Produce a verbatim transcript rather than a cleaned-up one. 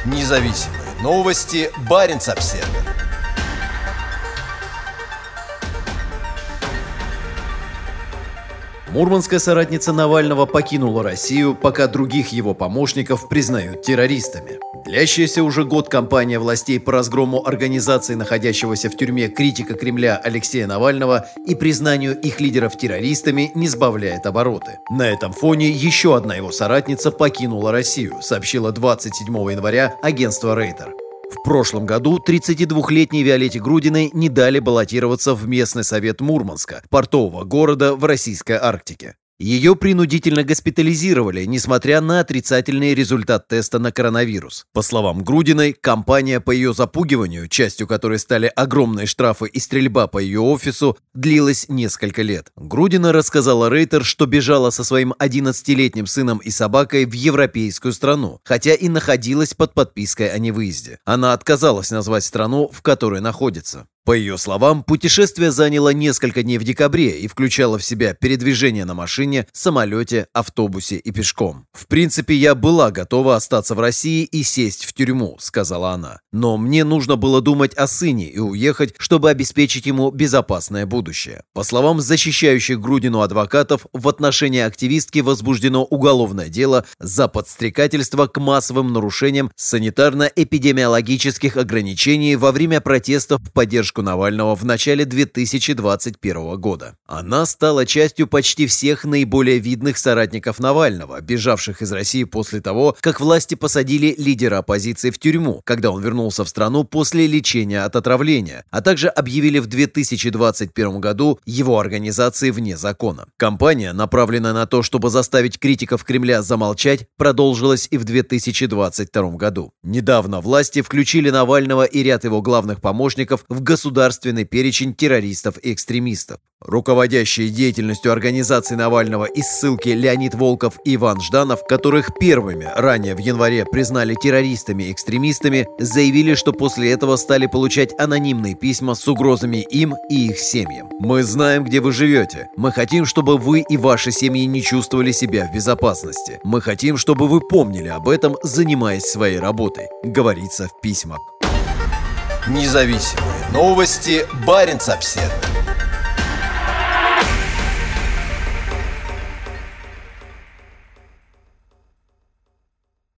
Независимые новости. Баренц-Обсервер. Мурманская соратница Навального покинула Россию, пока других его помощников признают террористами. Длящаяся уже год кампания властей по разгрому организации, находящегося в тюрьме критика Кремля Алексея Навального, и признанию их лидеров террористами не сбавляет обороты. На этом фоне еще одна его соратница покинула Россию, сообщила двадцать седьмого января агентство Рейтер. В прошлом году тридцатидвухлетней Виолетте Грудиной не дали баллотироваться в местный совет Мурманска, портового города в российской Арктике. Ее принудительно госпитализировали, несмотря на отрицательный результат теста на коронавирус. По словам Грудиной, кампания по ее запугиванию, частью которой стали огромные штрафы и стрельба по ее офису, длилась несколько лет. Грудина рассказала Рейтер, что бежала со своим одиннадцатилетним сыном и собакой в европейскую страну, хотя и находилась под подпиской о невыезде. Она отказалась назвать страну, в которой находится. По ее словам, путешествие заняло несколько дней в декабре и включало в себя передвижение на машине, самолете, автобусе и пешком. «В принципе, я была готова остаться в России и сесть в тюрьму», — сказала она. «Но мне нужно было думать о сыне и уехать, чтобы обеспечить ему безопасное будущее». По словам защищающих Грудину адвокатов, в отношении активистки возбуждено уголовное дело за подстрекательство к массовым нарушениям санитарно-эпидемиологических ограничений во время протестов в поддержку Навального в начале две тысячи двадцать первого года. Она стала частью почти всех наиболее видных соратников Навального, бежавших из России после того, как власти посадили лидера оппозиции в тюрьму, когда он вернулся в страну после лечения от отравления, а также объявили в две тысячи двадцать первом году его организации вне закона. Кампания, направленная на то, чтобы заставить критиков Кремля замолчать, продолжилась и в две тысячи двадцать втором году. Недавно власти включили Навального и ряд его главных помощников в государственный государственный перечень террористов и экстремистов. Руководящие деятельностью организации Навального из ссылки Леонид Волков и Иван Жданов, которых первыми ранее в январе признали террористами и экстремистами, заявили, что после этого стали получать анонимные письма с угрозами им и их семьям. «Мы знаем, где вы живете. Мы хотим, чтобы вы и ваши семьи не чувствовали себя в безопасности. Мы хотим, чтобы вы помнили об этом, занимаясь своей работой», говорится в письмах. Независимые новости. Баренц-Обсервер.